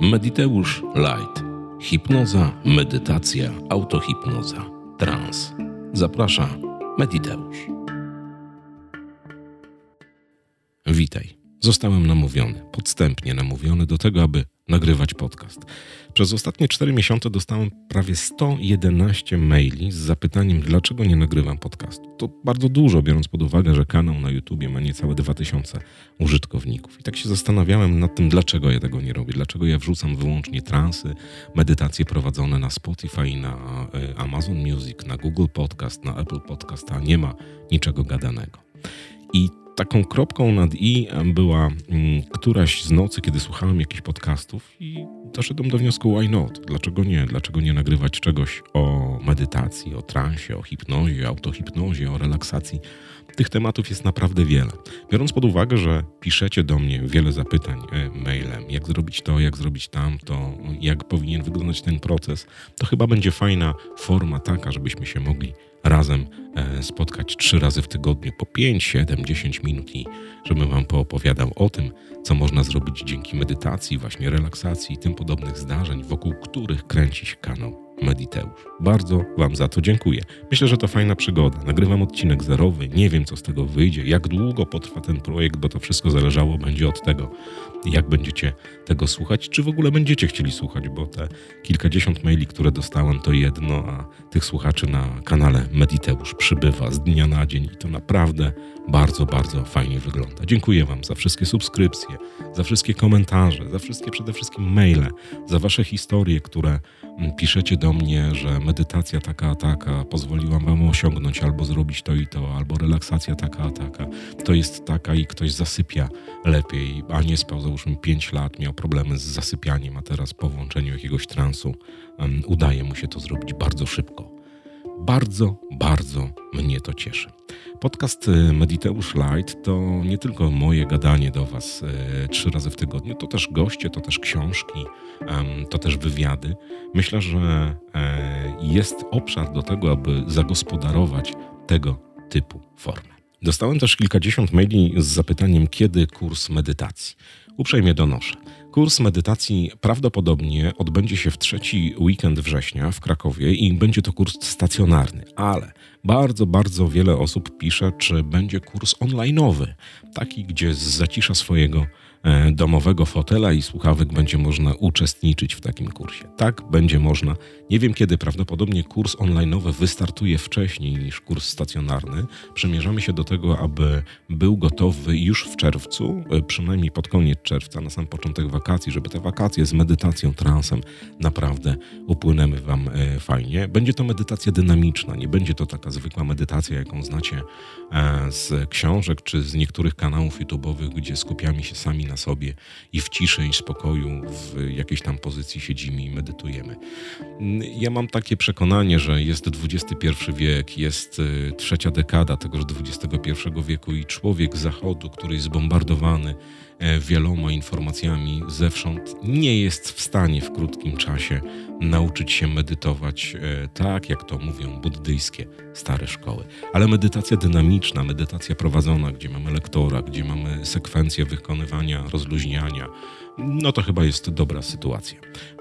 Mediteusz Light. Hipnoza, medytacja, autohipnoza, trans. Zaprasza Mediteusz. Witaj. Zostałem namówiony, podstępnie namówiony do tego, aby nagrywać podcast. Przez ostatnie 4 miesiące dostałem prawie 111 maili z zapytaniem, dlaczego nie nagrywam podcastu. To bardzo dużo, biorąc pod uwagę, że kanał na YouTubie ma niecałe 2000 użytkowników. I tak się zastanawiałem nad tym, dlaczego ja tego nie robię, dlaczego ja wrzucam wyłącznie transy, medytacje prowadzone na Spotify, na Amazon Music, na Google Podcast, na Apple Podcast, a nie ma niczego gadanego. I taką kropką nad i była któraś z nocy, kiedy słuchałem jakichś podcastów i doszedłem do wniosku, why not? Dlaczego nie? Dlaczego nie nagrywać czegoś o medytacji, o transie, o hipnozie, autohipnozie, o relaksacji? Tych tematów jest naprawdę wiele. Biorąc pod uwagę, że piszecie do mnie wiele zapytań mailem, jak zrobić to, jak zrobić tamto, jak powinien wyglądać ten proces, to chyba będzie fajna forma taka, żebyśmy się mogli razem spotkać 3 razy w tygodniu po 5, 7, 10 minut i żebym wam poopowiadał o tym, co można zrobić dzięki medytacji, właśnie relaksacji i tym podobnych zdarzeń, wokół których kręci się kanał Mediteusz. Bardzo wam za to dziękuję. Myślę, że to fajna przygoda. Nagrywam odcinek 0, nie wiem, co z tego wyjdzie, jak długo potrwa ten projekt, bo to wszystko zależało będzie od tego, jak będziecie tego słuchać, czy w ogóle będziecie chcieli słuchać, bo te kilkadziesiąt maili, które dostałem, to jedno, a tych słuchaczy na kanale Mediteusz przybywa z dnia na dzień i to naprawdę bardzo, bardzo fajnie wygląda. Dziękuję wam za wszystkie subskrypcje, za wszystkie komentarze, za wszystkie przede wszystkim maile, za wasze historie, które piszecie do mnie, że medytacja taka pozwoliła wam osiągnąć albo zrobić to i to, albo relaksacja taka to jest taka i ktoś zasypia lepiej, a nie spał załóżmy 5 lat, miał problemy z zasypianiem, a teraz po włączeniu jakiegoś transu udaje mu się to zrobić bardzo szybko. Bardzo, bardzo mnie to cieszy. Podcast Mediteusz Light to nie tylko moje gadanie do was 3 razy w tygodniu, to też goście, to też książki, to też wywiady. Myślę, że jest obszar do tego, aby zagospodarować tego typu formę. Dostałem też kilkadziesiąt maili z zapytaniem, kiedy kurs medytacji. Uprzejmie donoszę. Kurs medytacji prawdopodobnie odbędzie się w 3. weekend września w Krakowie i będzie to kurs stacjonarny, ale bardzo, bardzo wiele osób pisze, czy będzie kurs online'owy, taki, gdzie z zacisza swojego domowego fotela i słuchawek będzie można uczestniczyć w takim kursie. Tak, będzie można. Nie wiem kiedy, prawdopodobnie kurs online'owy wystartuje wcześniej niż kurs stacjonarny. Przymierzamy się do tego, aby był gotowy już w czerwcu, przynajmniej pod koniec czerwca, na sam początek wakacji, żeby te wakacje z medytacją, transem naprawdę upłynęły wam fajnie. Będzie to medytacja dynamiczna, nie będzie to taka zwykła medytacja, jaką znacie z książek czy z niektórych kanałów YouTube'owych, gdzie skupiamy się sami na sobie i w ciszy i spokoju w jakiejś tam pozycji siedzimy i medytujemy. Ja mam takie przekonanie, że jest XXI wiek, jest 3. dekada tegoż XXI wieku i człowiek z zachodu, który jest zbombardowany wieloma informacjami zewsząd, nie jest w stanie w krótkim czasie nauczyć się medytować tak, jak to mówią buddyjskie stare szkoły. Ale medytacja dynamiczna, medytacja prowadzona, gdzie mamy lektora, gdzie mamy sekwencję wykonywania, rozluźniania, no to chyba jest dobra sytuacja.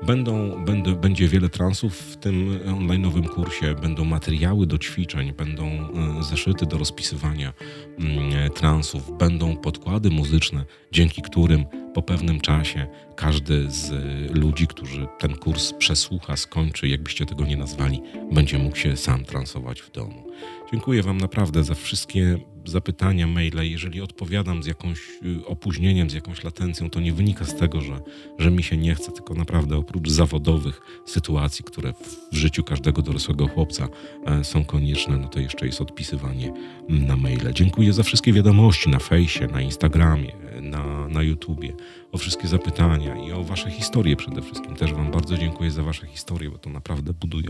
Będzie wiele transów w tym online'owym kursie, będą materiały do ćwiczeń, będą zeszyty do rozpisywania transów, będą podkłady muzyczne, dzięki którym po pewnym czasie każdy z ludzi, którzy ten kurs przesłucha, skończy, jakbyście tego nie nazwali, będzie mógł się sam transować w domu. Dziękuję wam naprawdę za wszystkie zapytania, maile. Jeżeli odpowiadam z jakimś opóźnieniem, z jakąś latencją, to nie wynika z tego, że mi się nie chce, tylko naprawdę oprócz zawodowych sytuacji, które w życiu każdego dorosłego chłopca są konieczne, no to jeszcze jest odpisywanie na maile. Dziękuję za wszystkie wiadomości na fejsie, na Instagramie, na YouTubie, o wszystkie zapytania i o wasze historie przede wszystkim. Też wam bardzo dziękuję za wasze historie, bo to naprawdę budujące.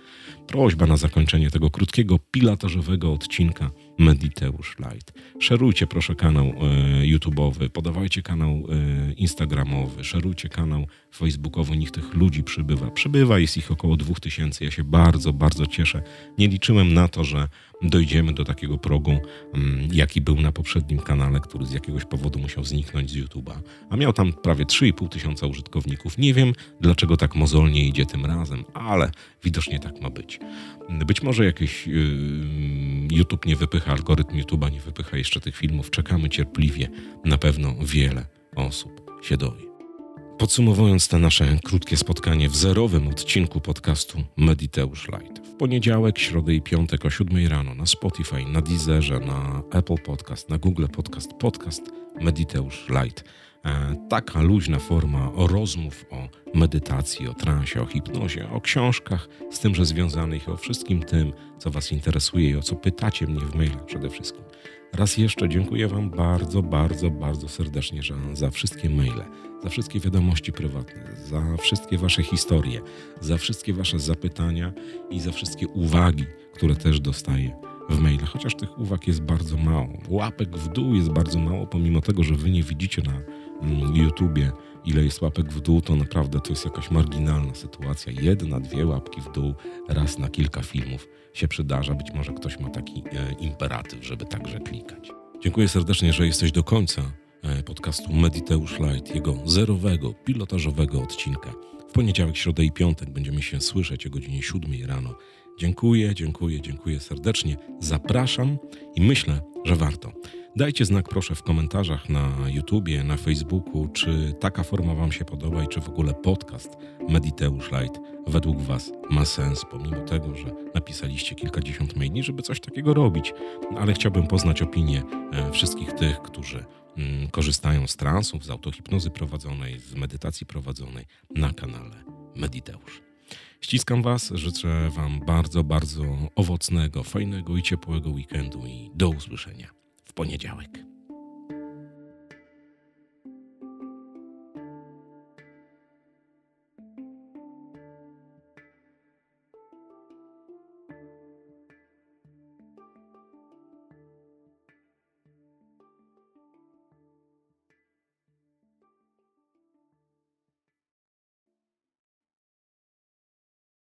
Prośba na zakończenie tego krótkiego, pilotażowego odcinka Mediteusz Light. Szerujcie proszę kanał YouTube'owy, podawajcie kanał instagramowy, szerujcie kanał facebookowy, niech tych ludzi przybywa. Przybywa, jest ich około 2000, ja się bardzo, bardzo cieszę. Nie liczyłem na to, że dojdziemy do takiego progu, jaki był na poprzednim kanale, który z jakiegoś powodu musiał zniknąć z YouTube'a, a miał tam prawie 3500 użytkowników. Nie wiem, dlaczego tak mozolnie idzie tym razem, ale widocznie tak ma być. Być może jakiś YouTube nie wypycha, algorytm YouTube'a nie wypycha jeszcze tych filmów. Czekamy cierpliwie. Na pewno wiele osób się dowie. Podsumowując te nasze krótkie spotkanie w zerowym odcinku podcastu Mediteusz Light. W poniedziałek, środę i piątek o 7 rano na Spotify, na Deezerze, na Apple Podcast, na Google Podcast Mediteusz Light. Taka luźna forma rozmów o medytacji, o transie, o hipnozie, o książkach z tymże związanych, o wszystkim tym, co Was interesuje i o co pytacie mnie w mailach przede wszystkim. Raz jeszcze dziękuję Wam bardzo, bardzo, bardzo serdecznie za wszystkie maile, za wszystkie wiadomości prywatne, za wszystkie Wasze historie, za wszystkie Wasze zapytania i za wszystkie uwagi, które też dostaję w mailach, chociaż tych uwag jest bardzo mało. Łapek w dół jest bardzo mało, pomimo tego, że Wy nie widzicie na YouTubie, ile jest łapek w dół, to naprawdę to jest jakaś marginalna sytuacja. 1, 2 łapki w dół raz na kilka filmów się przydarza. Być może ktoś ma taki imperatyw, żeby także klikać. Dziękuję serdecznie, że jesteś do końca podcastu Mediteusz Light, jego zerowego, pilotażowego odcinka. W poniedziałek, środę i piątek będziemy się słyszeć o godzinie 7 rano. Dziękuję serdecznie. Zapraszam i myślę, że warto. Dajcie znak proszę w komentarzach na YouTubie, na Facebooku, czy taka forma Wam się podoba i czy w ogóle podcast Mediteusz Light według Was ma sens, pomimo tego, że napisaliście kilkadziesiąt maili, żeby coś takiego robić. Ale chciałbym poznać opinię wszystkich tych, którzy korzystają z transów, z autohipnozy prowadzonej, z medytacji prowadzonej na kanale Mediteusz. Ściskam Was, życzę Wam bardzo, bardzo owocnego, fajnego i ciepłego weekendu i do usłyszenia w poniedziałek.